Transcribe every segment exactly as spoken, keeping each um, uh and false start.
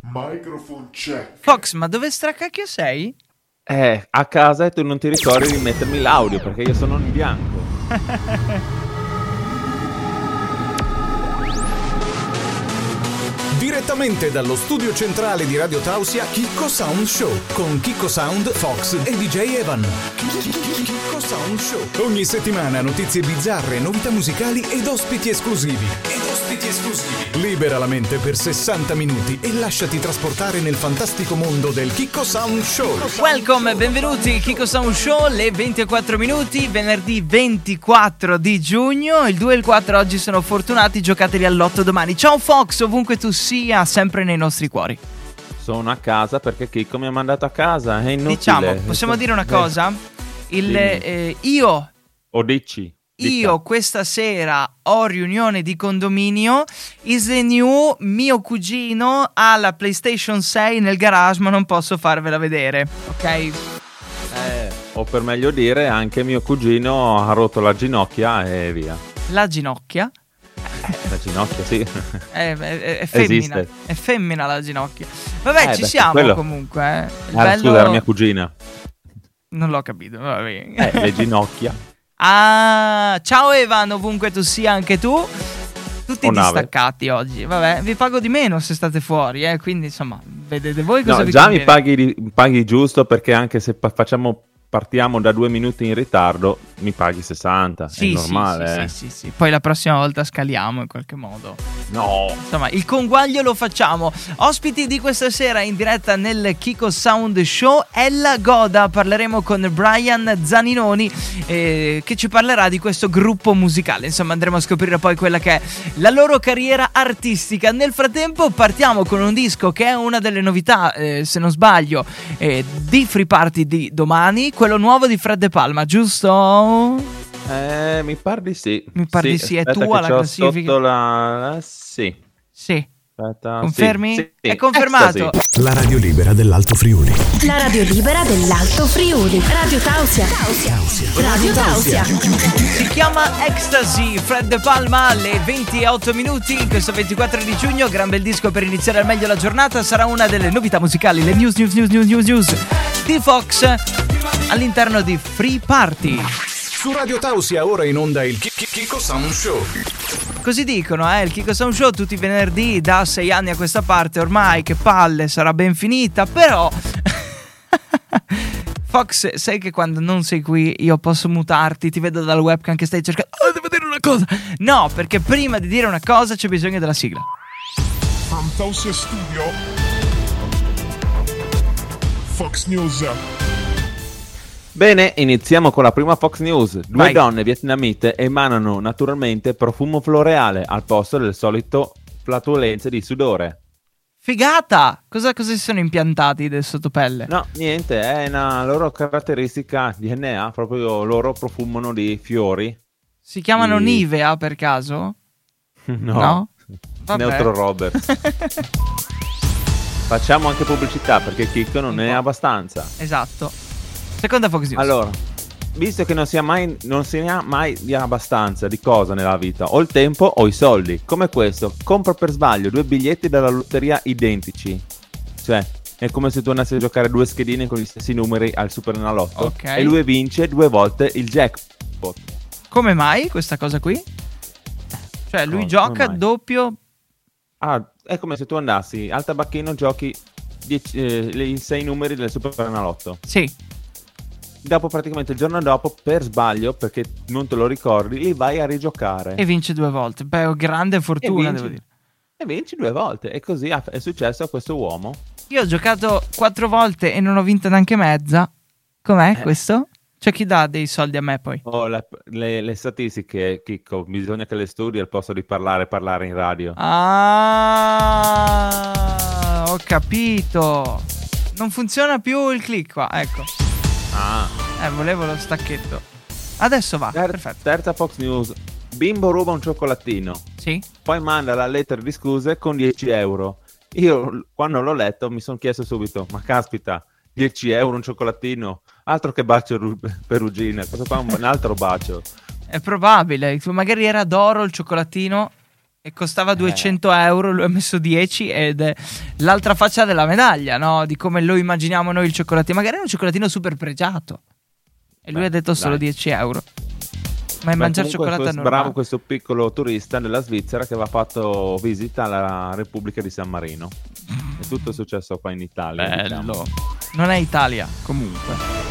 Microphone check. Fox, ma dove stracacchio sei? Eh, a casa e tu non ti ricordi di mettermi l'audio perché io sono in bianco. Direttamente dallo studio centrale di Radio Tausia, Chicco Sound Show con Chicco Sound, Fox e D J Evan. Chicco Sound Show. Ogni settimana notizie bizzarre, novità musicali ed ospiti esclusivi. Ed ospiti esclusivi. Libera la mente per sessanta minuti e lasciati trasportare nel fantastico mondo del Chicco Sound Show. Welcome, benvenuti Chicco Sound Show, le venti e quattro minuti, venerdì ventiquattro di giugno, il due e il quattro oggi sono fortunati, giocateli all'otto domani. Ciao Fox, ovunque tu sia, sempre nei nostri cuori. Sono a casa perché Chicco mi ha mandato a casa, è inutile. Diciamo, possiamo dire una cosa? Il, eh, io O dici? Io questa sera ho riunione di condominio. Is the new, mio cugino ha la PlayStation sei nel garage, ma non posso farvela vedere, ok? Eh, o per meglio dire, anche mio cugino ha rotto la ginocchia e via. La ginocchia? La ginocchia, sì. È, è, è femmina. Esiste. È femmina la ginocchia. Vabbè, Eh, ci beh, siamo quello- comunque. Eh. Il Ah, bello- scusa, era mia cugina. Non l'ho capito, va bene. Eh, le ginocchia. Ah, ciao Evan, ovunque tu sia, anche tu. Tutti O nave. distaccati oggi. Vabbè, vi pago di meno se state fuori, eh. Quindi insomma, vedete voi cosa No, vi già conviene. mi paghi, di- paghi giusto perché anche se pa- facciamo partiamo da due minuti in ritardo, mi paghi sessanta. Sì, è normale. sì, eh. sì, sì, sì. Poi la prossima volta scaliamo in qualche modo. No. Insomma, il conguaglio lo facciamo. Ospiti di questa sera in diretta nel Chicco Sound Show, Ella Goda. Parleremo con Brian Zaninoni eh, che ci parlerà di questo gruppo musicale. Insomma, andremo a scoprire poi quella che è la loro carriera artistica. Nel frattempo partiamo con un disco che è una delle novità, eh, se non sbaglio, eh, di Free Party di domani, quello nuovo di Fred De Palma, giusto? Eh, mi pare di sì. Mi pare di sì, è aspetta tua che la c'ho classifica? Sotto la... la- Sì. Sì. Aspetta, Confermi? sì, sì. È confermato. Ecstasy. La radio libera dell'Alto Friuli. La radio libera dell'Alto Friuli. Radio Tausia. Radio Tausia. Si chiama Ecstasy, Fred De Palma, alle venti e otto minuti, in questo ventiquattro di giugno, gran bel disco per iniziare al meglio la giornata, sarà una delle novità musicali, le news, news, news, news, news, news di Fox all'interno di Free Party. Su Radio Tausia ora in onda il Chi- Chi- Chicco Sound Show. Così dicono, eh, il Chicco Sound Show tutti i venerdì da sei anni a questa parte, ormai che palle, sarà ben finita, però... Fox, sai che quando non sei qui io posso mutarti, ti vedo dalla webcam che stai cercando... Oh, devo dire una cosa! No, perché prima di dire una cosa c'è bisogno della sigla. From Tausia Studio, Fox News. Bene, iniziamo con la prima Fox News. Due Vai. donne vietnamite emanano naturalmente profumo floreale al posto del solito flatulenze di sudore. Figata! Cosa, cosa si sono impiantati del sottopelle? No, niente, è una loro caratteristica D N A, proprio loro profumano di fiori. Si chiamano Sì. Nivea per caso? No, No? Vabbè. Neutro Roberts. Facciamo anche pubblicità perché Chicco non Un ne po'. ha abbastanza. Esatto. Seconda Fox News. Allora, visto che non si ha mai, non si ne ha mai di abbastanza di cosa nella vita, o il tempo o i soldi, come questo, compro per sbaglio due biglietti dalla lotteria identici. Cioè, è come se tu andassi a giocare due schedine con gli stessi numeri al Superenalotto Ok. e lui vince due volte il jackpot. Come mai questa cosa qui? Cioè, lui Come- gioca come mai? doppio... Ah, è come se tu andassi al tabacchino, giochi dieci, eh, i sei numeri del Superenalotto. Sì. Dopo praticamente il giorno dopo, per sbaglio, perché non te lo ricordi, li vai a rigiocare. E vince due volte. Beh, ho grande fortuna, vinci. devo dire. E vinci due volte. E così ha- è successo a questo uomo. Io ho giocato quattro volte e non ho vinto neanche mezza. Com'è Eh. questo? C'è chi dà dei soldi a me poi? Oh, le, le- le statistiche, Chicco, bisogna che le studi al posto di parlare e parlare in radio. Ah, ho capito. Non funziona più il click qua, ecco. Ah. Eh, volevo lo stacchetto. Adesso va, Ter- perfetto. terza Fox News. Bimbo ruba un cioccolatino. Sì? Poi manda la lettera di scuse con dieci euro. Io, quando l'ho letto, mi sono chiesto subito, ma caspita, dieci euro un cioccolatino? Altro che bacio ru- perugina, cosa fa un, un altro bacio? È probabile. Magari era d'oro il cioccolatino e costava duecento euro, lui ha messo dieci ed è l'altra faccia della medaglia, no? Di come lo immaginiamo noi il cioccolatino, magari è un cioccolatino super pregiato e lui Beh, ha detto solo dai. dieci euro. Ma Beh, mangiare comunque cioccolata questo- normale. bravo questo piccolo turista della Svizzera che aveva fatto visita alla Repubblica di San Marino. È tutto successo qua in Italia. diciamo. Bello. Non è Italia, comunque.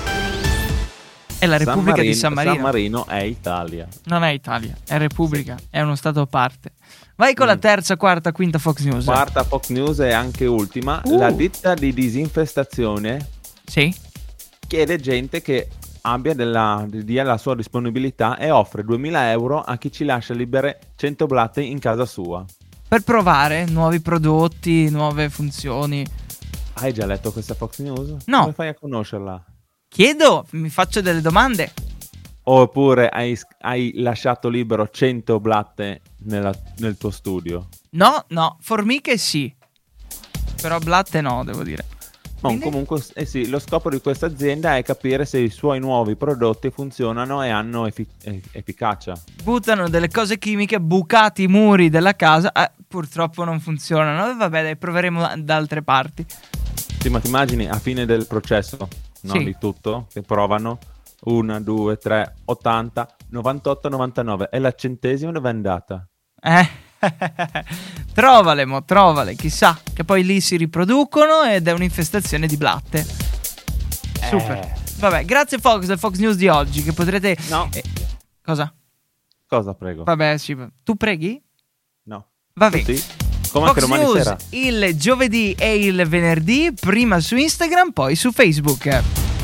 È la San Repubblica Marino, di San Marino. San Marino è Italia. Non è Italia, è Repubblica, è uno stato a parte. Vai con la terza, quarta, quinta Fox News. Quarta Fox News e anche ultima. Uh. La ditta di disinfestazione Sì. chiede gente che abbia della, dia la sua disponibilità e offre duemila euro a chi ci lascia libere cento blatte in casa sua. Per provare nuovi prodotti, nuove funzioni. Hai già letto questa Fox News? No. Come fai a conoscerla? Chiedo, mi faccio delle domande. Oppure hai, hai lasciato libero cento blatte nella- nel tuo studio? No, no, formiche sì. Però blatte no, devo dire. No, Quindi? comunque, eh sì, lo scopo di questa azienda è capire se i suoi nuovi prodotti funzionano e hanno effi- eh, efficacia. Buttano delle cose chimiche, bucati i muri della casa. Eh, purtroppo non funzionano. E vabbè, dai, proveremo da altre parti. Sì, ma ti immagini a fine del processo, no, Sì. di tutto, che provano uno, due, tre, ottanta, novantotto, novantanove e la centesima dove è andata? Eh, trovale, mo, trovale, chissà, che poi lì si riproducono ed è un'infestazione di blatte. Super. Eh. Vabbè, grazie Fox, del Fox News di oggi, che potrete... No. eh, cosa? Cosa prego? Vabbè, sì. Tu preghi? No. Vabbè. Sì. Come anche Fox domani News sera. il giovedì e il venerdì, prima su Instagram, poi su Facebook.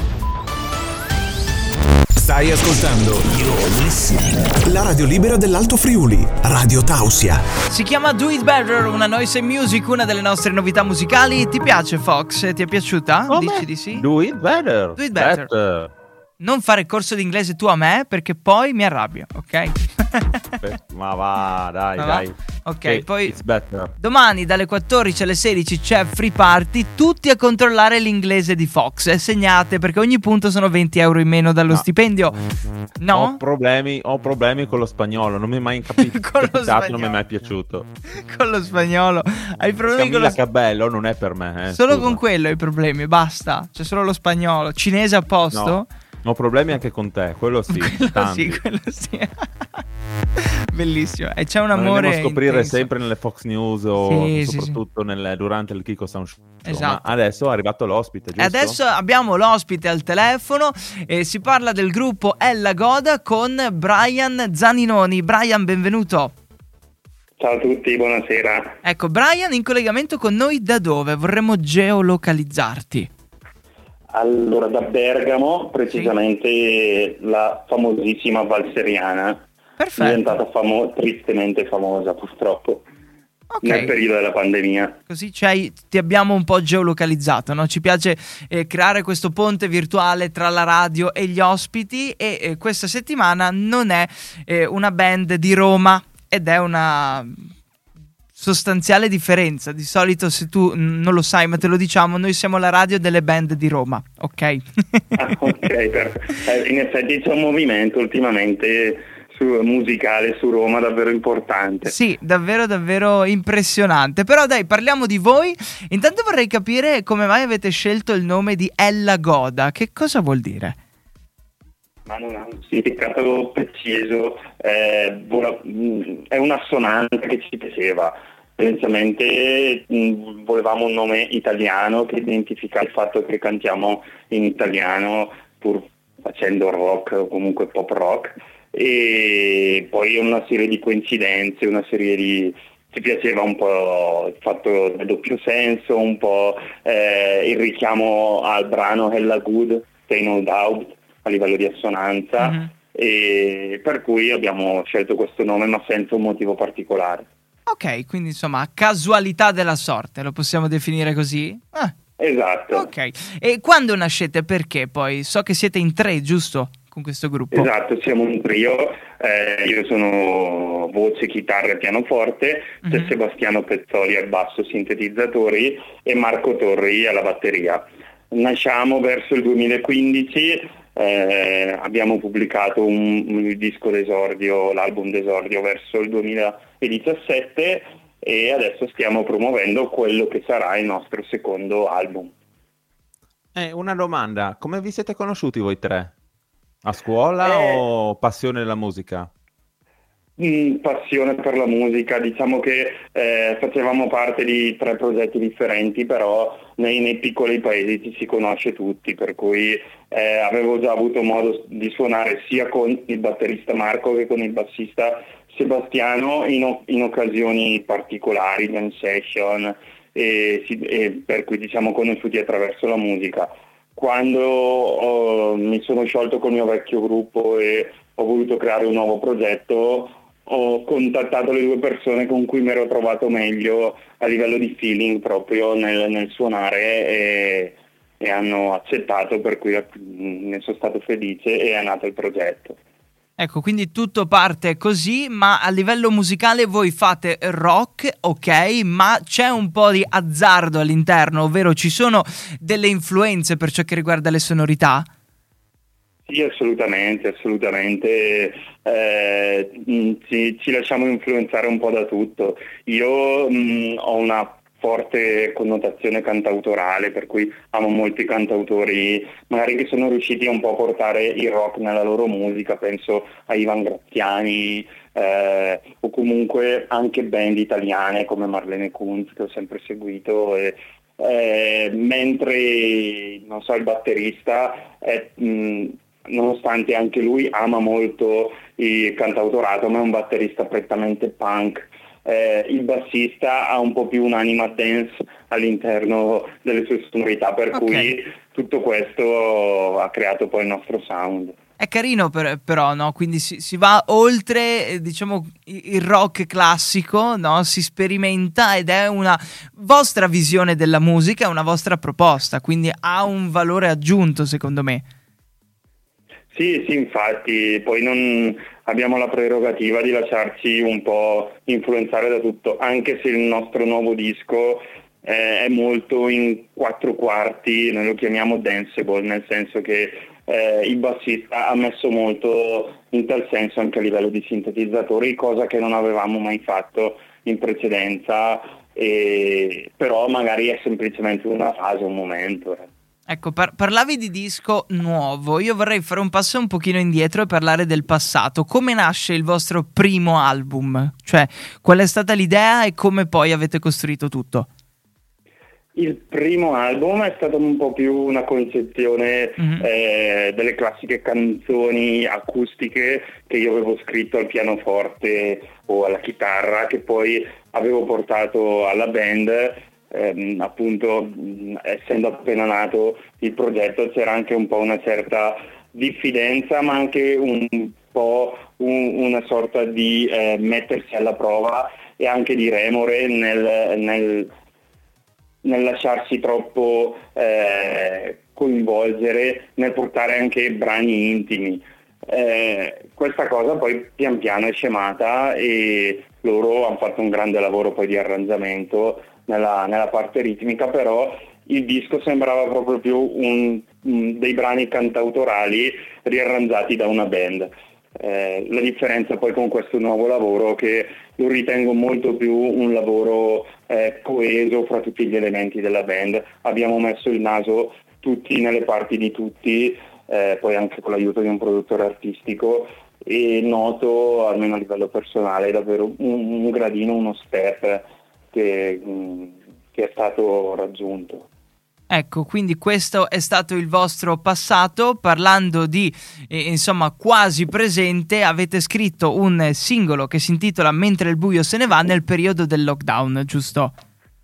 Stai ascoltando la radio libera dell'Alto Friuli, Radio Tausia. Si chiama Do It Better, una noise and music, una delle nostre novità musicali. Ti piace Fox? Ti è piaciuta? Come? Dici di sì? Do it better. Do it better. Non fare corso di inglese tu a me, perché poi mi arrabbio, ok? Beh, Ma va, dai, Ma va? dai. Ok, Eh, poi It's better. domani dalle quattordici alle sedici c'è Free Party, tutti a controllare l'inglese di Fox. E segnate, perché ogni punto sono venti euro in meno dallo No. stipendio. Ho No? problemi, ho problemi con lo spagnolo, non mi è mai capito, Con lo capitato, non mi spagnolo. è mai piaciuto. Con lo spagnolo. Hai problemi con Camilla lo Cabello non è per me, eh, Solo scusa. con quello hai problemi, basta. C'è solo lo spagnolo. Cinese a posto? No, ho problemi anche con te, quello sì, Quello tanti. sì, quello sì. Bellissimo. E c'è un Ma lo amore andiamo a scoprire intenso. sempre nelle Fox News o Sì, sì, soprattutto nel- durante il Kiko Sound Show. Esatto. Ma adesso è arrivato l'ospite, E giusto? adesso abbiamo l'ospite al telefono e si parla del gruppo Ella Goda con Brian Zaninoni. Brian, benvenuto. Ciao a tutti, buonasera. Ecco, Brian in collegamento con noi da dove? Vorremmo geolocalizzarti. Allora, da Bergamo, precisamente la famosissima Val Seriana, Perfetto. diventata famo- tristemente famosa purtroppo nel Ok, periodo della pandemia. così ci hai- ti abbiamo un po' geolocalizzato, no? Ci piace eh, creare questo ponte virtuale tra la radio e gli ospiti e eh, questa settimana non è eh, una band di Roma ed è una sostanziale differenza. Di solito, se tu mm, non lo sai, ma te lo diciamo, noi siamo la radio delle band di Roma, ok? Ah, ok, perfetto. Eh, in effetti c'è un movimento ultimamente su, musicale su Roma davvero importante. Sì, davvero davvero impressionante. Però dai, parliamo di voi. Intanto vorrei capire come mai avete scelto il nome di Ella Goda. Che cosa vuol dire? Ma non ha un significato preciso, eh, vola- mh, è un'assonanza che ci piaceva. Tendenzialmente mh, volevamo un nome italiano che identifica il fatto che cantiamo in italiano pur facendo rock o comunque pop rock, e poi una serie di coincidenze, una serie di... ci piaceva un po' il fatto del doppio senso, un po' eh, il richiamo al brano Hella Good, Say No Doubt, a livello di assonanza, Mhm. e per cui abbiamo scelto questo nome ma senza un motivo particolare. Ok, quindi insomma, casualità della sorte, lo possiamo definire così? Ah, Esatto, ok. E quando nascete? Perché poi? So che siete in tre, giusto? Con questo gruppo. esatto, siamo un trio, eh, io sono voce, chitarra e pianoforte, c'è Mhm. Sebastiano Pezzoli al basso, sintetizzatori, e Marco Torri alla batteria. Nasciamo verso il duemilaquindici, eh, abbiamo pubblicato un, un disco d'esordio, l'album d'esordio verso il duemiladiciassette e adesso stiamo promuovendo quello che sarà il nostro secondo album. Eh, una domanda, come vi siete conosciuti voi tre? A scuola Eh... o passione della musica? Mm, passione per la musica, diciamo che eh, facevamo parte di tre progetti differenti, però nei, nei piccoli paesi ci si conosce tutti, per cui eh, avevo già avuto modo di suonare sia con il batterista Marco che con il bassista Sebastiano in, o- in occasioni particolari, jam session, e, si- e per cui ci siamo conosciuti attraverso la musica. Quando oh, mi sono sciolto col mio vecchio gruppo e ho voluto creare un nuovo progetto, ho contattato le due persone con cui mi ero trovato meglio a livello di feeling proprio nel, nel suonare e, e hanno accettato, per cui ne sono stato felice e è nato il progetto. Ecco, quindi tutto parte così, ma a livello musicale voi fate rock, ok, ma c'è un po' di azzardo all'interno, ovvero ci sono delle influenze per ciò che riguarda le sonorità? Sì, assolutamente, assolutamente, eh, mh, ci, ci lasciamo influenzare un po' da tutto. Io mh, ho una forte connotazione cantautorale, per cui amo molti cantautori, magari che sono riusciti un po' a portare il rock nella loro musica, penso a Ivan Graziani, eh, o comunque anche band italiane come Marlene Kunz, che ho sempre seguito, e, eh, mentre non so, il batterista è... Mh, nonostante anche lui ama molto il cantautorato, ma è un batterista prettamente punk. Eh, il bassista ha un po' più un'anima dance all'interno delle sue sonorità, per Ok. cui tutto questo ha creato poi il nostro sound. È carino per- però, no? Quindi si, si va oltre, eh, diciamo, i- il rock classico, no? Si sperimenta ed è una vostra visione della musica, è una vostra proposta, quindi ha un valore aggiunto, secondo me. Sì, sì, infatti, poi non abbiamo la prerogativa di lasciarci un po' influenzare da tutto, anche se il nostro nuovo disco eh, è molto in quattro quarti, noi lo chiamiamo danceable, nel senso che eh, il bassista ha messo molto in tal senso anche a livello di sintetizzatori, cosa che non avevamo mai fatto in precedenza, e, però magari è semplicemente una fase, un momento. eh. Ecco, par- parlavi di disco nuovo, io vorrei fare un passo un pochino indietro e parlare del passato. Come nasce il vostro primo album? Cioè, qual è stata l'idea e come poi avete costruito tutto? Il primo album è stato un po' più una concezione Mhm. eh, delle classiche canzoni acustiche che io avevo scritto al pianoforte o alla chitarra, che poi avevo portato alla band. Ehm, appunto, mh, essendo appena nato il progetto, c'era anche un po' una certa diffidenza, ma anche un po' un- una sorta di eh, mettersi alla prova e anche di remore nel, nel nel lasciarsi troppo eh, coinvolgere, nel portare anche brani intimi. Eh, questa cosa poi pian piano è scemata e loro hanno fatto un grande lavoro poi di arrangiamento nella, nella parte ritmica, però il disco sembrava proprio più un, un- dei brani cantautorali riarrangiati da una band. Eh, la differenza poi con questo nuovo lavoro, che lo ritengo molto più un lavoro eh, coeso fra tutti gli elementi della band. Abbiamo messo il naso tutti nelle parti di tutti, eh, poi anche con l'aiuto di un produttore artistico, e noto, almeno a livello personale, davvero un, un gradino, uno step che, mh, che è stato raggiunto. Ecco, quindi questo è stato il vostro passato. Parlando di, eh, insomma, quasi presente, avete scritto un singolo che si intitola Mentre il buio se ne va nel periodo del lockdown, giusto?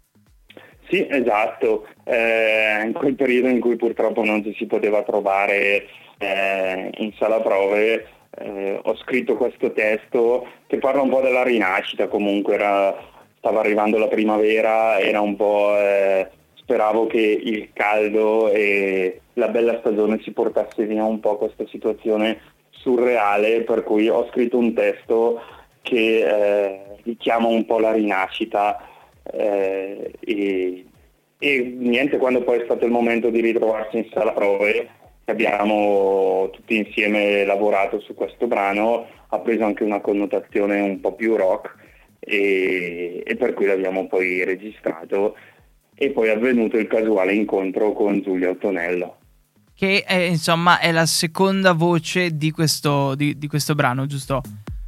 Sì, esatto, eh, in quel periodo in cui purtroppo non ci si poteva trovare eh, in sala prove, eh, ho scritto questo testo che parla un po' della rinascita. Comunque era, stava arrivando la primavera, era un po'... Eh, speravo che il caldo e la bella stagione ci portasse via un po' questa situazione surreale, per cui ho scritto un testo che eh, richiama un po' la rinascita. Eh, e, e niente, quando poi è stato il momento di ritrovarsi in sala prove, abbiamo tutti insieme lavorato su questo brano ha preso anche una connotazione un po' più rock e, e per cui l'abbiamo poi registrato, e poi è avvenuto il casuale incontro con Giulia Ottonello, che è, insomma è la seconda voce di questo, di, di questo brano, giusto?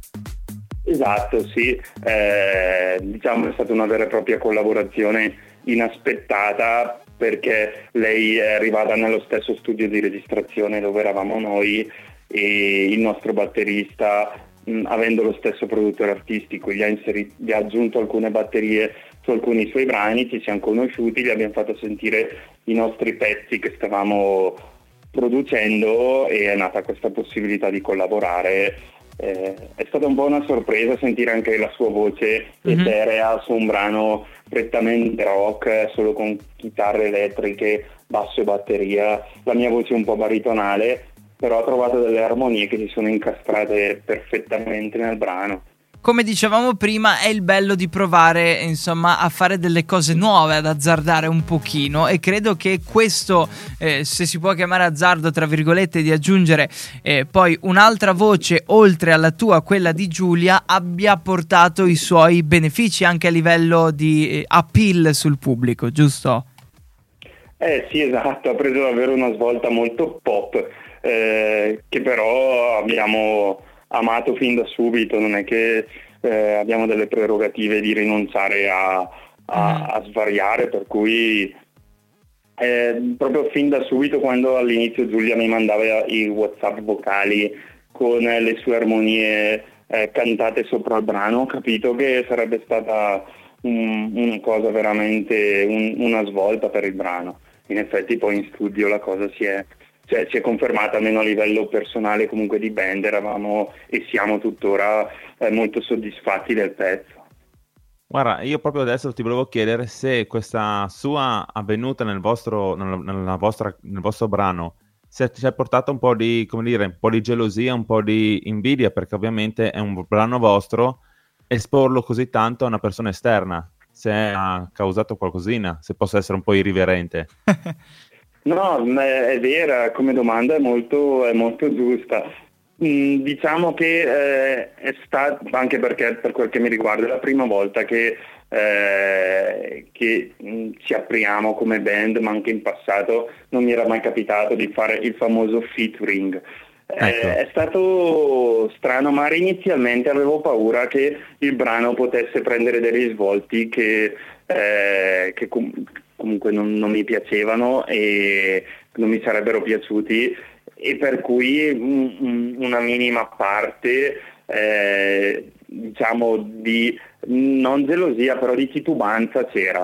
Esatto, sì, eh, diciamo è stata una vera e propria collaborazione inaspettata, perché lei è arrivata nello stesso studio di registrazione dove eravamo noi, e il nostro batterista, mh, avendo lo stesso produttore artistico, gli ha, inserito, gli ha aggiunto alcune batterie su alcuni suoi brani, ci siamo conosciuti, gli abbiamo fatto sentire i nostri pezzi che stavamo producendo e è nata questa possibilità di collaborare. Eh, è stata un po' una sorpresa sentire anche la sua voce mm-hmm. eterea su un brano prettamente rock, solo con chitarre elettriche, basso e batteria, la mia voce un po' baritonale, però ha trovato delle armonie che si sono incastrate perfettamente nel brano. Come dicevamo prima, è il bello di provare, insomma, a fare delle cose nuove, ad azzardare un pochino, e credo che questo, eh, se si può chiamare azzardo tra virgolette, di aggiungere eh, poi un'altra voce oltre alla tua, quella di Giulia, abbia portato i suoi benefici anche a livello di eh, appeal sul pubblico, giusto? Eh sì, esatto, ha preso davvero una svolta molto pop, eh, che però abbiamo amato fin da subito. Non è che eh, abbiamo delle prerogative di rinunciare a, a, a svariare, per cui eh, proprio fin da subito, quando all'inizio Giulia mi mandava i WhatsApp vocali con le sue armonie eh, cantate sopra il brano, ho capito che sarebbe stata un, una cosa veramente, un, una svolta per il brano. In effetti poi in studio la cosa si è Cioè, si è confermata, almeno a livello personale, comunque di band, eravamo e siamo tuttora eh, molto soddisfatti del pezzo. Guarda, io proprio adesso ti volevo chiedere se questa sua avvenuta nel vostro, nella, nella vostra, nel vostro brano, se ci ha portato un po' di, come dire, un po' di gelosia, un po' di invidia, perché ovviamente è un brano vostro, esporlo così tanto a una persona esterna, se ha causato qualcosina, se posso essere un po' irriverente. No, è vera, come domanda è molto, è molto giusta. Mm, diciamo che eh, è stato, anche perché per quel che mi riguarda, è la prima volta che, eh, che mm, ci apriamo come band, ma anche in passato non mi era mai capitato di fare il famoso featuring. Ecco. Eh, è stato strano, ma inizialmente avevo paura che il brano potesse prendere dei risvolti che, eh, che com- comunque non, non mi piacevano e non mi sarebbero piaciuti, e per cui un, una minima parte eh, diciamo di non gelosia, però di titubanza c'era.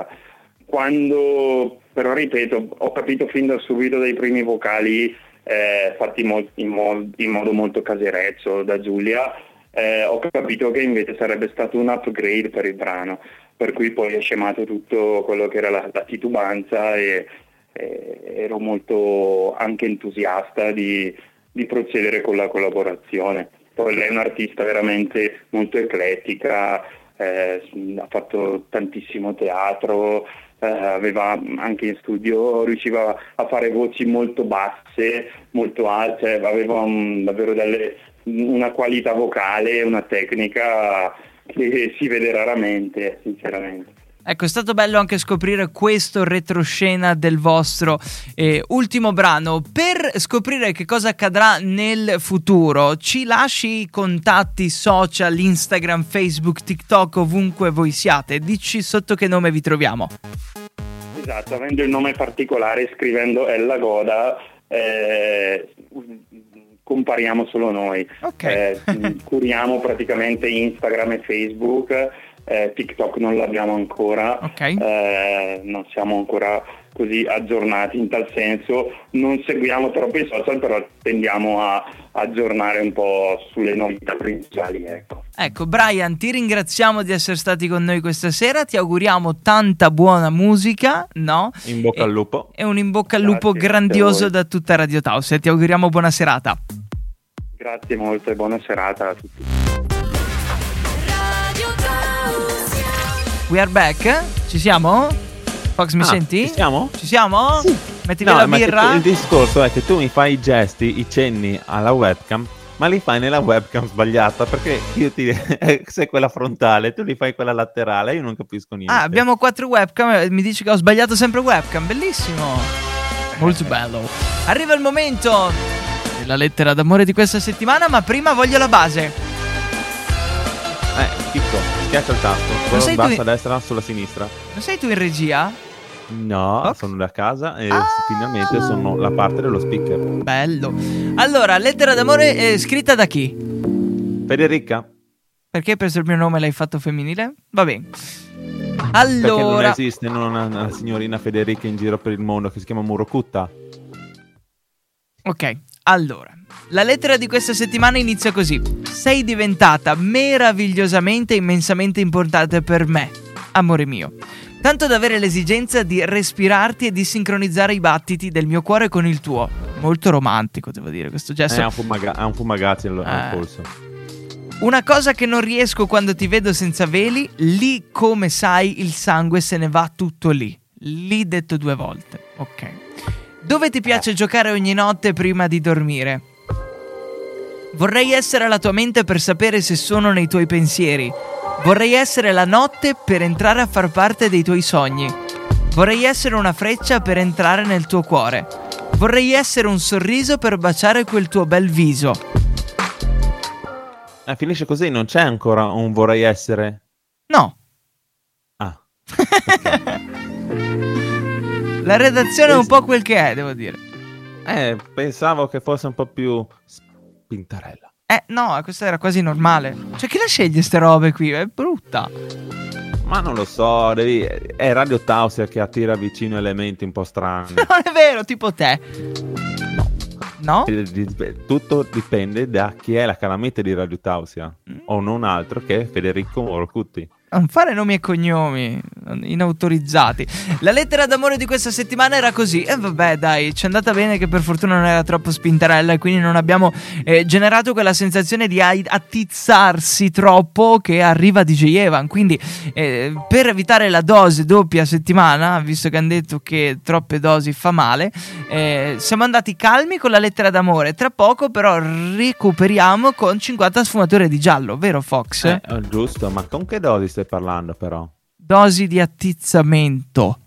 Quando però, ripeto, ho capito fin da subito dai primi vocali eh, fatti mo- in, mo- in modo molto casereccio da Giulia, eh, ho capito che invece sarebbe stato un upgrade per il brano, per cui poi è scemato tutto quello che era la, la titubanza e, e ero molto anche entusiasta di, di procedere con la collaborazione. Poi lei è un'artista veramente molto eclettica, eh, ha fatto tantissimo teatro, eh, aveva anche in studio, riusciva a fare voci molto basse, molto alte, cioè aveva un, davvero delle, una qualità vocale, una tecnica che si vede raramente, sinceramente. Ecco, è stato bello anche scoprire questo retroscena del vostro eh, ultimo brano. Per scoprire che cosa accadrà nel futuro, ci lasci i contatti social, Instagram, Facebook, TikTok, ovunque voi siate. Dici sotto che nome vi troviamo. Esatto, avendo il nome particolare, scrivendo Ella Goda, eh, compariamo solo noi. Okay. Eh, curiamo praticamente Instagram e Facebook. Eh, TikTok non l'abbiamo ancora, okay. eh, non siamo ancora così aggiornati in tal senso, non seguiamo troppo i social, però tendiamo a aggiornare un po' sulle novità principali, ecco. Ecco, Brian, ti ringraziamo di essere stati con noi questa sera, ti auguriamo tanta buona musica, no? In bocca e, al lupo. E un in bocca al lupo Grazie, grandioso da tutta Radio Tausia, ti auguriamo buona serata. Grazie molto e buona serata a tutti. We are back, ci siamo? Fox, mi Ah, senti? ci siamo? Ci siamo? Sì. Metti No, via la ma che birra? tu- il discorso è che tu mi fai i gesti, i cenni alla webcam, ma li fai nella webcam sbagliata, perché io ti sei quella frontale, tu li fai quella laterale, io non capisco niente. Ah, abbiamo quattro webcam e mi dici che ho sbagliato sempre webcam. Bellissimo. Molto bello. Arriva il momento della lettera d'amore di questa settimana, ma prima voglio la base. Eh, Chicco, schiaccia il tasto, quello sei in basso tu- a destra, sulla sinistra. Non sei tu in regia? No, Fox? sono da casa e Ah. finalmente sono la parte dello speaker. Bello. Allora, lettera d'amore eh, scritta da chi? Federica? Perché hai preso il mio nome e l'hai fatto femminile? Va bene. Perché non Allora, esiste una, una signorina Federica in giro per il mondo che si chiama Murokutta? ok. Allora, la lettera di questa settimana inizia così. Sei diventata meravigliosamente, immensamente importante per me, amore mio. Tanto da avere l'esigenza di respirarti e di sincronizzare i battiti del mio cuore con il tuo. Molto romantico, devo dire, questo gesto. Eh, ha un, fumaga- ha un fumagazzi al, al Eh. polso. Una cosa che non riesco quando ti vedo senza veli, lì come sai il sangue se ne va tutto lì. Lì detto due volte. Ok. Dove ti piace giocare ogni notte prima di dormire? Vorrei essere la tua mente per sapere se sono nei tuoi pensieri. Vorrei essere la notte per entrare a far parte dei tuoi sogni. Vorrei essere una freccia per entrare nel tuo cuore. Vorrei essere un sorriso per baciare quel tuo bel viso. Eh, finisce così, non c'è ancora un vorrei essere. No. Ah, La redazione è un po' quel che è, devo dire. eh, pensavo che fosse un po' più spintarella. Eh, no, questa era quasi normale. Cioè, chi la sceglie ste robe qui? È brutta. Ma non lo so, devi... è Radio Tausia che attira vicino elementi un po' strani. Non è vero, tipo te. No? Eh, di- Tutto dipende da chi è la calamita di Radio Tausia, Mm. o non altro che Federico Morocutti. Non fare nomi e cognomi inautorizzati. La lettera d'amore di questa settimana era così. E vabbè, dai, ci è andata bene che per fortuna non era troppo spintarella e quindi non abbiamo eh, generato quella sensazione di ai- attizzarsi troppo che arriva D J Evan. Quindi eh, per evitare la dose doppia a settimana, visto che hanno detto che troppe dosi fa male, eh, siamo andati calmi con la lettera d'amore. Tra poco però recuperiamo con cinquanta sfumature di giallo, vero Fox? Eh, oh, giusto, ma con che dosi stai parlando però? Dosi di attizzamento.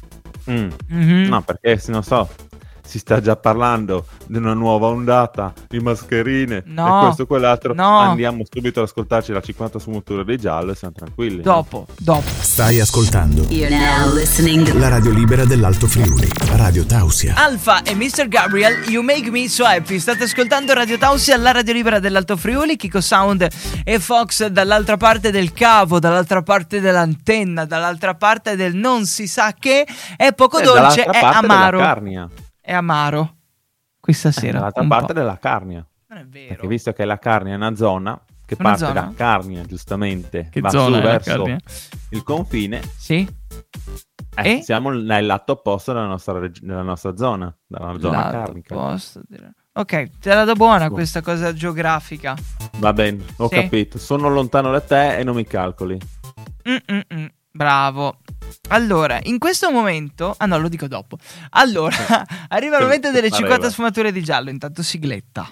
Mm. Mhm. No, perché se non so, si sta già parlando di una nuova ondata di mascherine No, e questo e quell'altro. no. Andiamo subito ad ascoltarci la cinquanta sfumature di giallo e siamo tranquilli. Dopo, dopo. Stai ascoltando Now listening. la radio libera dell'Alto Friuli, Radio Tausia. Alfa e mister Gabriel, You Make Me So Happy. State ascoltando Radio Tausia, la radio libera dell'Alto Friuli. Kiko Sound e Fox dall'altra parte del cavo, dall'altra parte dell'antenna, dall'altra parte del non si sa che. È poco E dolce, dall'altra è parte amaro. della carnia. È amaro. Questa Eh, sera. dall'altra un parte po'. della carnia. Non è vero. Perché visto che la carnia è una zona che Una parte zona? da Carnia, giustamente, Che va zona su è la verso Carnia? il confine, Sì? eh, E? siamo nel lato opposto della nostra, reg- della nostra zona, dalla zona Lato carnica. opposto, direi. Ok, te la do buona Su. questa cosa geografica. Va bene, ho Sì. capito. Sono lontano da te e non mi calcoli. Mm-mm-mm. Bravo. Allora, in questo momento... Ah no, lo dico dopo. Allora, arriva il momento delle Pareva. cinquanta sfumature di giallo. Intanto sigletta.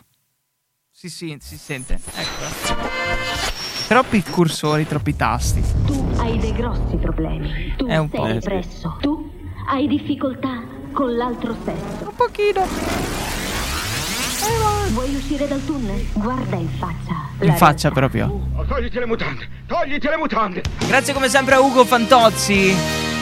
Sì, sì, si sente. Ecco. Troppi cursori, troppi tasti. Tu hai dei grossi problemi. Tu È un sei po'. Eh, sì. depresso. Tu hai difficoltà con l'altro sesso. Un pochino. Vuoi uscire dal tunnel? Guarda in faccia. In la faccia realtà. proprio. Togliti le mutande! Togliti le mutande! Grazie come sempre a Ugo Fantozzi.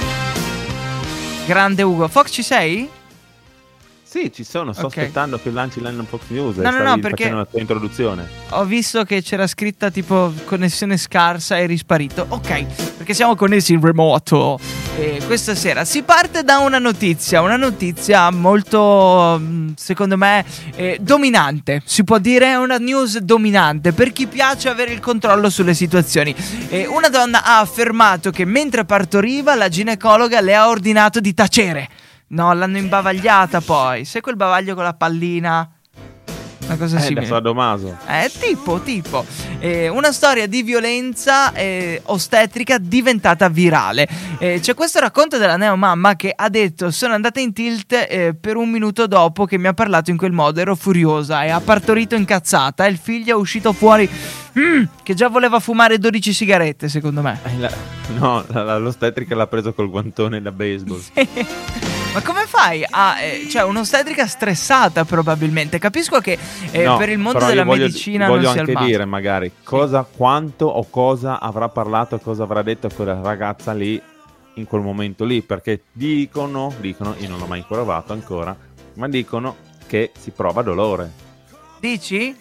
Grande Ugo. Fox, ci sei? Sì, ci sono, sto Ok. aspettando che lanci l'Anno Fox News e No, no, no, stavi perché- facendo la tua introduzione. Ho visto che c'era scritta tipo connessione scarsa e risparito. Ok, perché siamo connessi in remoto. E questa sera si parte da una notizia, una notizia molto, mh, secondo me, eh, dominante. Si può dire è una news dominante per chi piace avere il controllo sulle situazioni. E una donna ha affermato che mentre partoriva la ginecologa le ha ordinato di tacere. No, l'hanno imbavagliata poi. Sai quel bavaglio con la pallina? Una cosa Eh, simile. da sadomaso. Eh, tipo, tipo. Eh, una storia di violenza eh, ostetrica diventata virale. Eh, c'è questo racconto della neomamma che ha detto: sono andata in tilt eh, per un minuto dopo che mi ha parlato in quel modo, ero furiosa e ha partorito incazzata e il figlio è uscito fuori mm, che già voleva fumare dodici sigarette, secondo me. Eh, la- no, la- la- l'ostetrica l'ha preso col guantone da baseball. Ma come fai a... Eh, cioè, un'ostetrica stressata probabilmente. Capisco che eh, No, per il mondo però io della voglio, medicina voglio non sia il anche massimo. dire magari cosa, quanto o cosa avrà parlato, cosa avrà detto quella ragazza lì in quel momento lì, perché dicono, dicono, io non l'ho mai provato ancora, ma dicono che si prova dolore. Dici?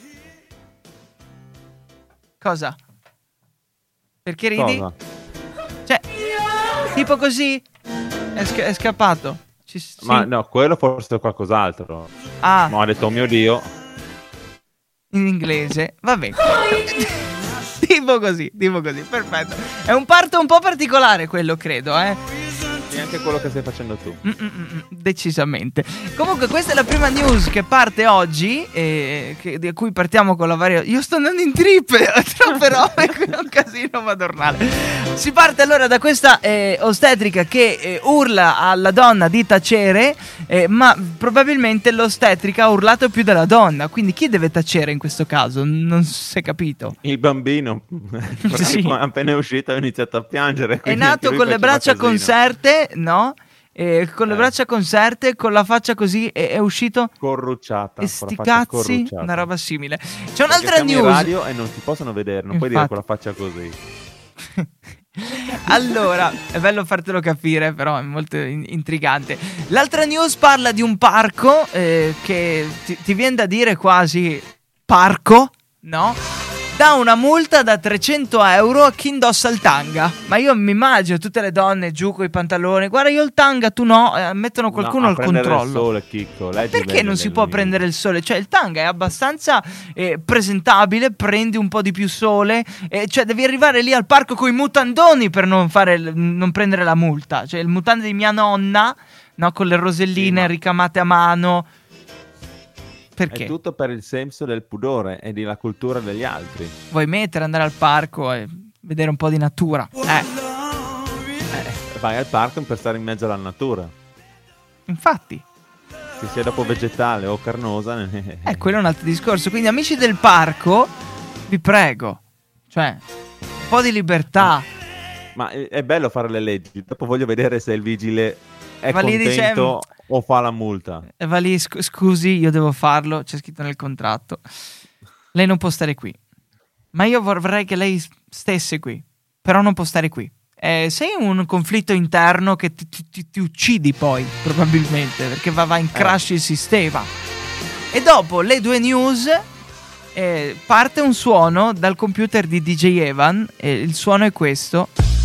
Cosa? Perché ridi? Cosa? Cioè, tipo così? È, sca- è scappato. Ci, sì. Ma no, quello forse è qualcos'altro. Ah, No, ha detto, oh mio Dio. in inglese. Vabbè. Tipo così, tipo così, perfetto. È un parto un po' particolare quello, credo, eh. E anche quello che stai facendo tu. Mm-mm-mm, decisamente. Comunque questa è la prima news che parte oggi eh, che, di cui partiamo con la varia... Io sto andando in trip, troppe robe, qui è un casino madornale. Si parte allora da questa eh, ostetrica che eh, urla alla donna di tacere, eh, ma probabilmente l'ostetrica ha urlato più della donna, quindi chi deve tacere in questo caso? Non si è capito. Il bambino, Sì. appena è uscito ha iniziato a piangere. È quindi anche nato lui con le faceva braccia casino. conserte, no? E con le Eh. braccia conserte, con la faccia così, e è uscito. Corrucciata. E con sti la faccia cazzi, corrucciata. una roba simile. C'è Perché un'altra siamo in news. radio e non ti possono vedere, non puoi dire Infatti. con la faccia così. Allora, è bello fartelo capire, però è molto in- intrigante. L'altra news parla di un parco eh, che ti, ti viene da dire quasi parco, no? Dà una multa da trecento euro a chi indossa il tanga. Ma io mi immagino tutte le donne giù con i pantaloni. Guarda, io il tanga, tu no. Eh, mettono qualcuno No, a al prendere controllo. il sole, Chicco. Lei ti Perché vede non si nel può video. prendere il sole? Cioè il tanga è abbastanza eh, presentabile, prendi un po' di più sole, eh, cioè devi arrivare lì al parco con i mutandoni per non, fare il- non prendere la multa. Cioè il mutande di mia nonna, no, con le roselline Sì, ma- ricamate a mano. Perché? È tutto per il senso del pudore e della cultura degli altri. Vuoi mettere, andare al parco e vedere un po' di natura? Eh, Vai al parco per stare in mezzo alla natura. infatti. Che sia dopo vegetale o carnosa. Eh, quello è un altro discorso. Quindi, amici del parco, vi prego, cioè, un po' di libertà. Ma è è bello fare le leggi. Dopo voglio vedere se il vigile è Ma lì dice- contento o fa la multa. E va lì, scu- scusi, io devo farlo, c'è scritto nel contratto. Lei non può stare qui. Ma io vor- vorrei che lei s- stesse qui. Però non può stare qui. Eh, sei un conflitto interno che ti, ti- ti- ti uccidi poi, probabilmente, perché va, va in crash il sistema. E dopo le due news eh, parte un suono dal computer di D J Evan e il suono è questo.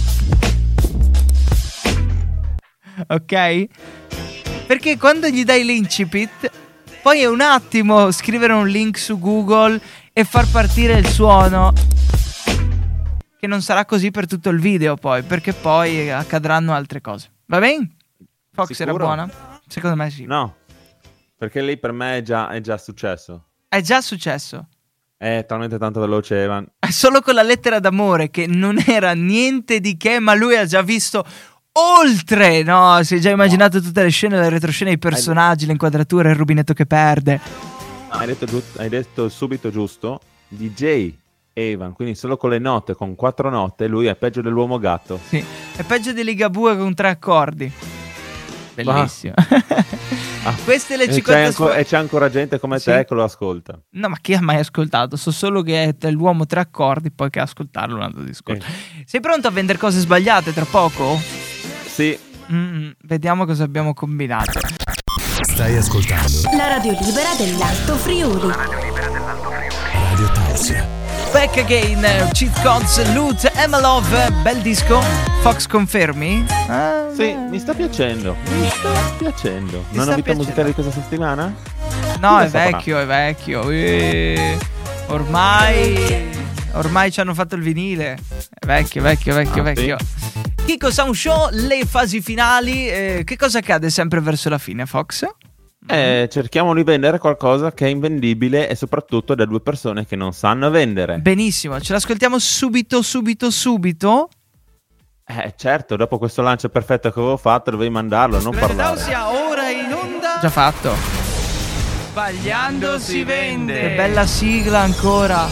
Ok? Perché quando gli dai l'incipit, poi è un attimo scrivere un link su Google e far partire il suono. Che non sarà così per tutto il video poi, perché poi accadranno altre cose. Va bene? Fox era Sicuro? buona? Secondo me sì. No, perché lì per me è già, è già successo. È già successo. È talmente tanto veloce, Evan. È solo con la lettera d'amore che non era niente di che, ma lui ha già visto oltre, no? Si è già immaginato tutte le scene, le retroscene, i personaggi, le inquadrature, il rubinetto che perde. Hai detto, giu- hai detto subito giusto. D J Evan, quindi solo con le note, con quattro note, lui è peggio dell'uomo gatto. Sì, è peggio di Ligabue con tre accordi. Bellissimo. Ah, Queste le e, c'è cinquanta anco- sfo- e c'è ancora gente come Sì. te che lo ascolta. No, ma chi ha mai ascoltato? So solo che è l'uomo tre accordi, poi che ascoltarlo è un altro discorso. Sei pronto a vendere cose sbagliate tra poco? Sì, Mm, vediamo cosa abbiamo combinato. Stai ascoltando La radio libera dell'Alto Friuli. Radio Tausia. Back again, eh, Cheat Codes, Loot, Emma Love, bel disco. Fox confermi? Ah, sì, beh. mi sta piacendo. Mi sta piacendo. Ti Una sta novità piacendo? musicale di questa settimana? No, Chi è lo saprà? vecchio, è vecchio. Eh, ormai ormai ci hanno fatto il vinile. È vecchio, vecchio, vecchio, Ah, vecchio. Kiko Sound Show, le fasi finali. eh, che cosa accade sempre verso la fine, Fox? Eh, cerchiamo di vendere qualcosa che è invendibile e soprattutto da due persone che non sanno vendere. Benissimo, ce l'ascoltiamo subito, subito, subito. Eh, certo, dopo questo lancio perfetto che avevo fatto dovevi mandarlo, non parlare. Sia ora in onda. Già fatto. Sbagliando si vende. Che bella sigla ancora.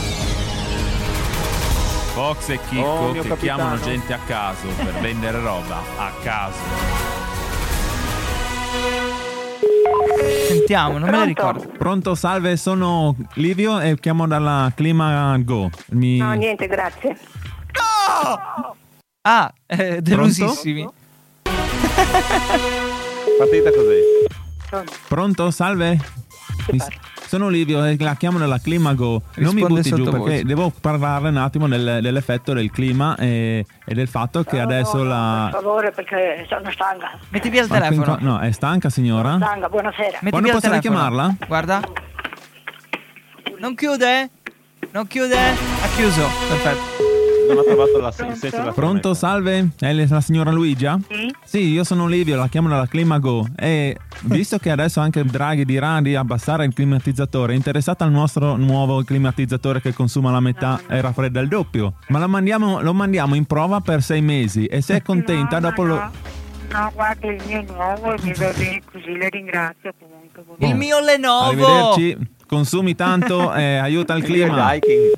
Fox e Chicco Oh, mio che capitano. chiamano gente a caso per vendere roba a caso. Sentiamo, non me la ricordo. Pronto, salve, sono Livio e chiamo dalla Clima Go. Mi... No, niente, grazie. Ah, eh, delusissimi. Partita così. Pronto, salve? Mi- Sono Livio e la chiamo dalla Clima Go. Non mi Risponde butti giù sottovoce. perché devo parlare un attimo del- dell'effetto del clima e, e del fatto che adesso la... Per favore, perché sono stanca. Metti via il Ma telefono. fin- No, è stanca signora? Stanca, buonasera. Metti Quando via il posso telefono. richiamarla? Guarda. Non chiude? Non chiude? Ha chiuso. Perfetto. Non ho trovato la, il senso della Pronto, promessa. salve? È la signora Luigia? Sì? Sì, io sono Livio, la chiamo dalla Clima Go e visto che adesso anche Draghi dirà di abbassare il climatizzatore, è interessata al nostro nuovo climatizzatore che consuma la metà e raffredda il doppio? Ma lo mandiamo, lo mandiamo in prova per sei mesi e se è contenta No, dopo no, lo... no. No, guarda, il mio nuovo e mi va bene così, le ringrazio comunque. Il mio Lenovo. Arrivederci, consumi tanto e aiuta il clima.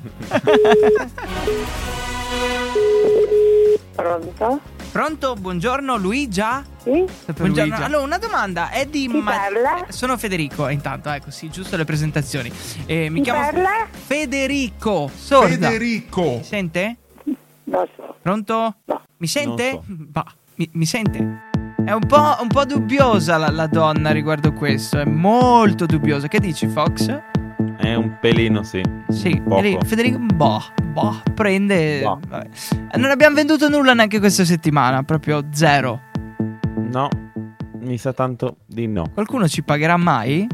Pronto? Pronto? Buongiorno Luigia? Sì? Buongiorno. Luigia. Allora, una domanda è di Chi Ma- parla? Sono Federico, intanto, ecco, sì, giusto le presentazioni. Eh, mi Chi chiamo parla? Federico. Sorda. Federico. Mi sente? Non so. Pronto? Mi sente? Non so. Bah, mi, mi sente? È un po', un po' dubbiosa la, la donna riguardo questo, è molto dubbiosa. Che dici, Fox? È un pelino, sì. Sì, Poco. Federico, Federico boh, boh, prende... Boh. vabbè. Non abbiamo venduto nulla neanche questa settimana, proprio zero. No, mi sa tanto di no. Qualcuno ci pagherà mai?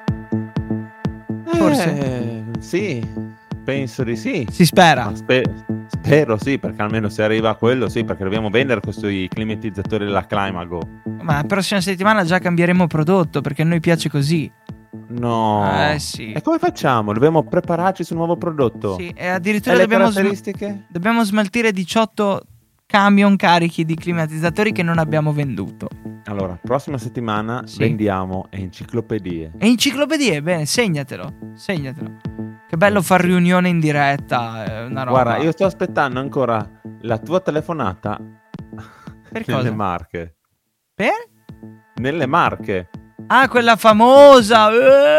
Forse. Eh, sì, penso di sì. Si spera. Ma spe- spero sì, perché almeno se arriva a quello sì, perché dobbiamo vendere questi climatizzatori della Climago. Ma la prossima settimana già cambieremo prodotto, perché a noi piace così. No. Eh sì. E come facciamo? Dobbiamo prepararci sul nuovo prodotto. Sì, e addirittura E le dobbiamo, sm- caratteristiche? dobbiamo smaltire diciotto camion carichi di climatizzatori che non abbiamo venduto. Allora, prossima settimana Sì. vendiamo enciclopedie. E enciclopedie, bene, segnatelo, segnatelo. Che bello far riunione in diretta, è una roba. Guarda, io sto aspettando ancora la tua telefonata Per nelle cosa? Marche. Per? Nelle Marche. Ah, quella famosa.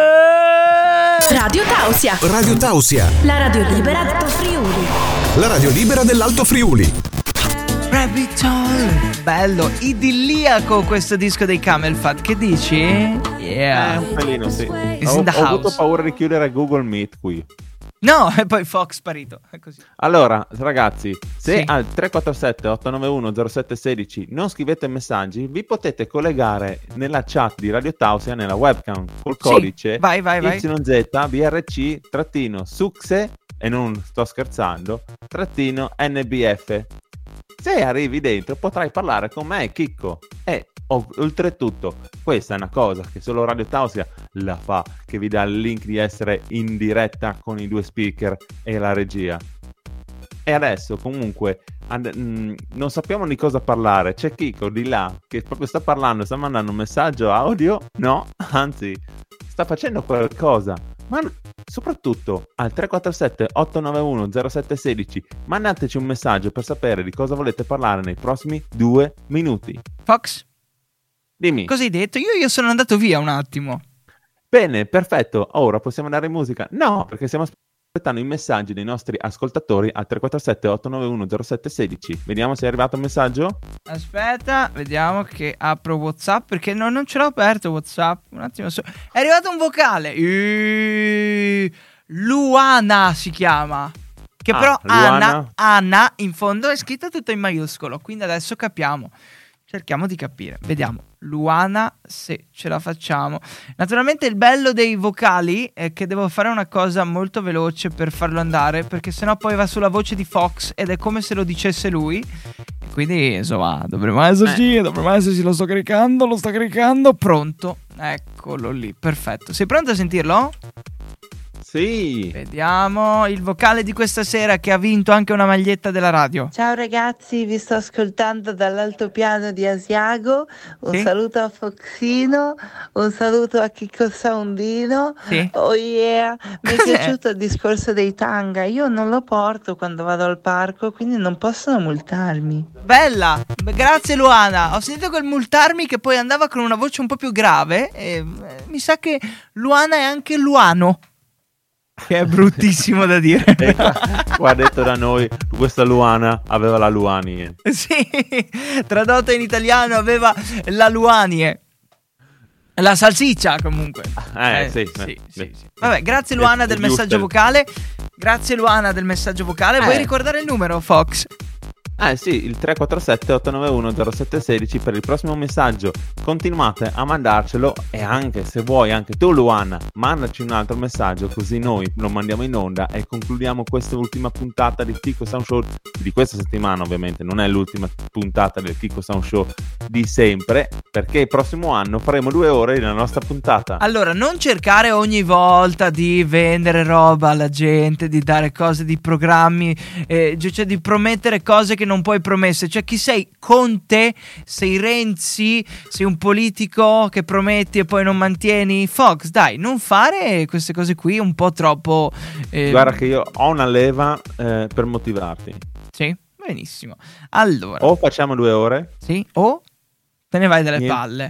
Eh! Radio Tausia, Radio Tausia, la radio libera d'Alto Friuli. la radio libera dell'Alto Friuli. Rabbit Hole. Bello, idilliaco questo disco dei Camel Fat, che dici? Eh, Yeah. un pelino, sì. Is Ho, in the ho avuto house. paura di chiudere Google Meet qui. No, e poi Fox sparito, è così. Allora, ragazzi, se Sì. al tre quattro sette otto nove uno zero sette uno sei non scrivete messaggi, vi potete collegare nella chat di Radio Tausia, nella webcam, col Sì, codice vai, vai, vai. Y Z B R C trattino suxe, e non sto scherzando, trattino N B F. Se arrivi dentro potrai parlare con me e Chicco. E ov- oltretutto, questa è una cosa che solo Radio Tausia la fa, che vi dà il link di essere in diretta con i due speaker e la regia. E adesso comunque and- mh, non sappiamo di cosa parlare. C'è Chicco di là che proprio sta parlando, sta mandando un messaggio audio. No, anzi, sta facendo qualcosa. Ma n- soprattutto al tre quattro sette otto nove uno zero sette uno sei mandateci un messaggio per sapere di cosa volete parlare nei prossimi due minuti. Fox, Dimmi. cosa hai detto? Io, io sono andato via un attimo. Bene, perfetto. Ora possiamo andare in musica? No, perché stiamo aspettando i messaggi dei nostri ascoltatori al tre quattro sette otto nove uno zero sette uno sei. Vediamo se è arrivato un messaggio. Aspetta, vediamo che apro WhatsApp, perché no, non ce l'ho aperto WhatsApp. Un attimo, so- è arrivato un vocale. Eeeh, Luana si chiama. Che Ah, però Luana. Anna, Anna in fondo è scritta tutto in maiuscolo. Quindi adesso capiamo. Cerchiamo di capire. Vediamo. Luana, se ce la facciamo. Naturalmente il bello dei vocali è che devo fare una cosa molto veloce per farlo andare, perché sennò poi va sulla voce di Fox ed è come se lo dicesse lui. E quindi insomma dovremmo esserci, eh. dovremmo esserci, lo sto caricando, lo sto caricando, pronto, eccolo lì, perfetto. Sei pronto a sentirlo? Sì. Vediamo il vocale di questa sera che ha vinto anche una maglietta della radio. Ciao ragazzi, vi sto ascoltando dall'altopiano di Asiago. Un sì? saluto a Foxino, un saluto a Chicco Soundino. Sì. Oh yeah, mi è piaciuto il discorso dei tanga. Io non lo porto quando vado al parco, quindi non possono multarmi. Bella, grazie Luana. Ho sentito quel multarmi che poi andava con una voce un po' più grave e eh, mi sa che Luana è anche Luano. Che è bruttissimo da dire. E qua, qua detto da noi, questa Luana aveva la Luanie. Sì, tradotto in italiano aveva la Luanie. La salsiccia comunque. Eh, eh sì, sì, eh, sì, sì. Vabbè, grazie Luana è, del è messaggio giusto. vocale. Grazie Luana del messaggio vocale. Vuoi Eh. ricordare il numero, Fox? Eh sì, il tre quattro sette otto nove uno zero sette uno sei per il prossimo messaggio. Continuate a mandarcelo e anche se vuoi, anche tu Luana, mandaci un altro messaggio così noi lo mandiamo in onda e concludiamo questa ultima puntata di Chicco Sound Show di questa settimana. Ovviamente non è l'ultima puntata del Chicco Sound Show di sempre, perché il prossimo anno faremo due ore della nostra puntata. Allora, non cercare ogni volta di vendere roba alla gente, di dare cose di programmi, eh, cioè di promettere cose che non puoi promesse. Cioè, chi sei? Conte? Sei Renzi? Sei un politico che prometti e poi non mantieni? Fox, dai, non fare queste cose qui un po' troppo... Eh... Guarda che io ho una leva eh, per motivarti. Sì, benissimo. Allora... O facciamo due ore. Sì, o te ne vai dalle Niente. palle.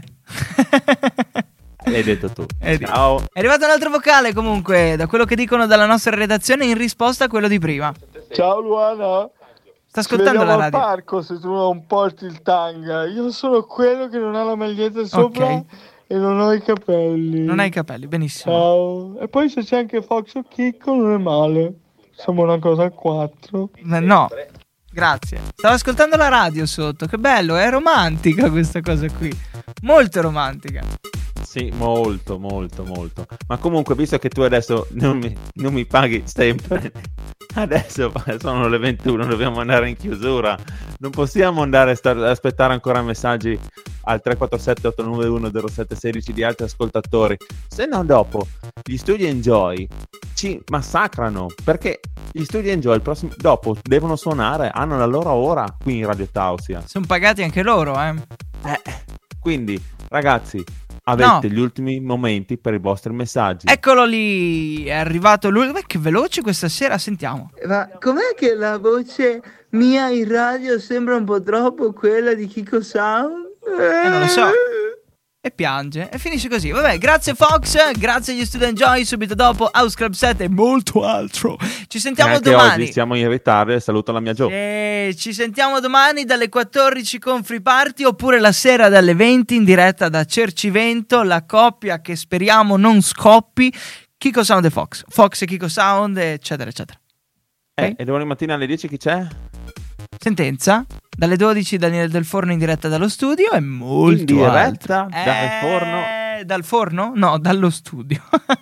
L'hai detto tu. È Ciao. È arrivato un altro vocale comunque, da quello che dicono dalla nostra redazione in risposta a quello di prima. Ciao Luana. Sta ascoltando la radio. Al parco se tu non porti il tanga. Io sono quello che non ha la maglietta sopra Ok. e non ho i capelli. Non hai i capelli, benissimo. Ciao. E poi se c'è anche Fox o Chicco non è male. Siamo una cosa a quattro. Ma no, grazie. Stavo ascoltando la radio sotto, che bello, è romantica questa cosa qui. Molto romantica. Sì, molto, molto, molto. Ma comunque, visto che tu adesso non mi, non mi paghi sempre, adesso sono le ventuno, dobbiamo andare in chiusura. Non possiamo andare a star- aspettare ancora messaggi al tre quattro sette otto nove uno zero sette uno sei di altri ascoltatori. Se no dopo gli studi Enjoy ci massacrano, perché gli studi Enjoy il prossimo, dopo devono suonare, hanno la loro ora qui in Radio Tausia. Sono pagati anche loro, eh. Eh, quindi, ragazzi, avete No. gli ultimi momenti per i vostri messaggi. Eccolo lì, è arrivato lui. Ma che veloce questa sera, sentiamo. Ma com'è che la voce mia in radio sembra un po' troppo quella di Chicco Sound? Eh, non lo so. E piange e finisce così. Vabbè, grazie Fox, grazie agli Student Joy. Subito dopo House Club sette e molto altro. Ci sentiamo Anche domani. oggi siamo in ritardo e saluto la mia Gio. Eh, ci sentiamo domani dalle quattordici con Free Party, oppure la sera dalle venti in diretta da Cercivento, la coppia che speriamo non scoppi, Chicco Sound e Fox. Fox e Chicco Sound, eccetera, eccetera. Eh, e domani mattina alle dieci chi c'è? Sentenza, dalle dodici Daniele Del Forno in diretta dallo studio e molto In diretta altro. dal Eh, forno? Dal forno? No, dallo studio.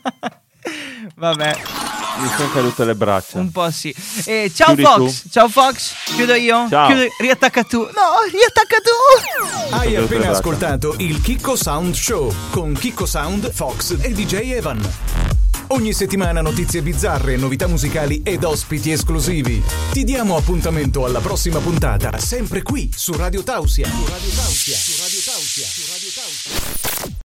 Vabbè, Mi sono cadute le braccia. un po' sì. Eh, ciao Chiudi Fox, tu. ciao Fox, chiudo io. Ciao. Chiudo- riattacca tu. No, riattacca tu. Hai Sono appena braccia. ascoltato il Chicco Sound Show con Chicco Sound, Fox e D J Evan. Ogni settimana notizie bizzarre, novità musicali ed ospiti esclusivi. Ti diamo appuntamento alla prossima puntata, sempre qui su Radio Tausia. Su Radio Tausia. Su Radio Tausia. Su Radio Tausia.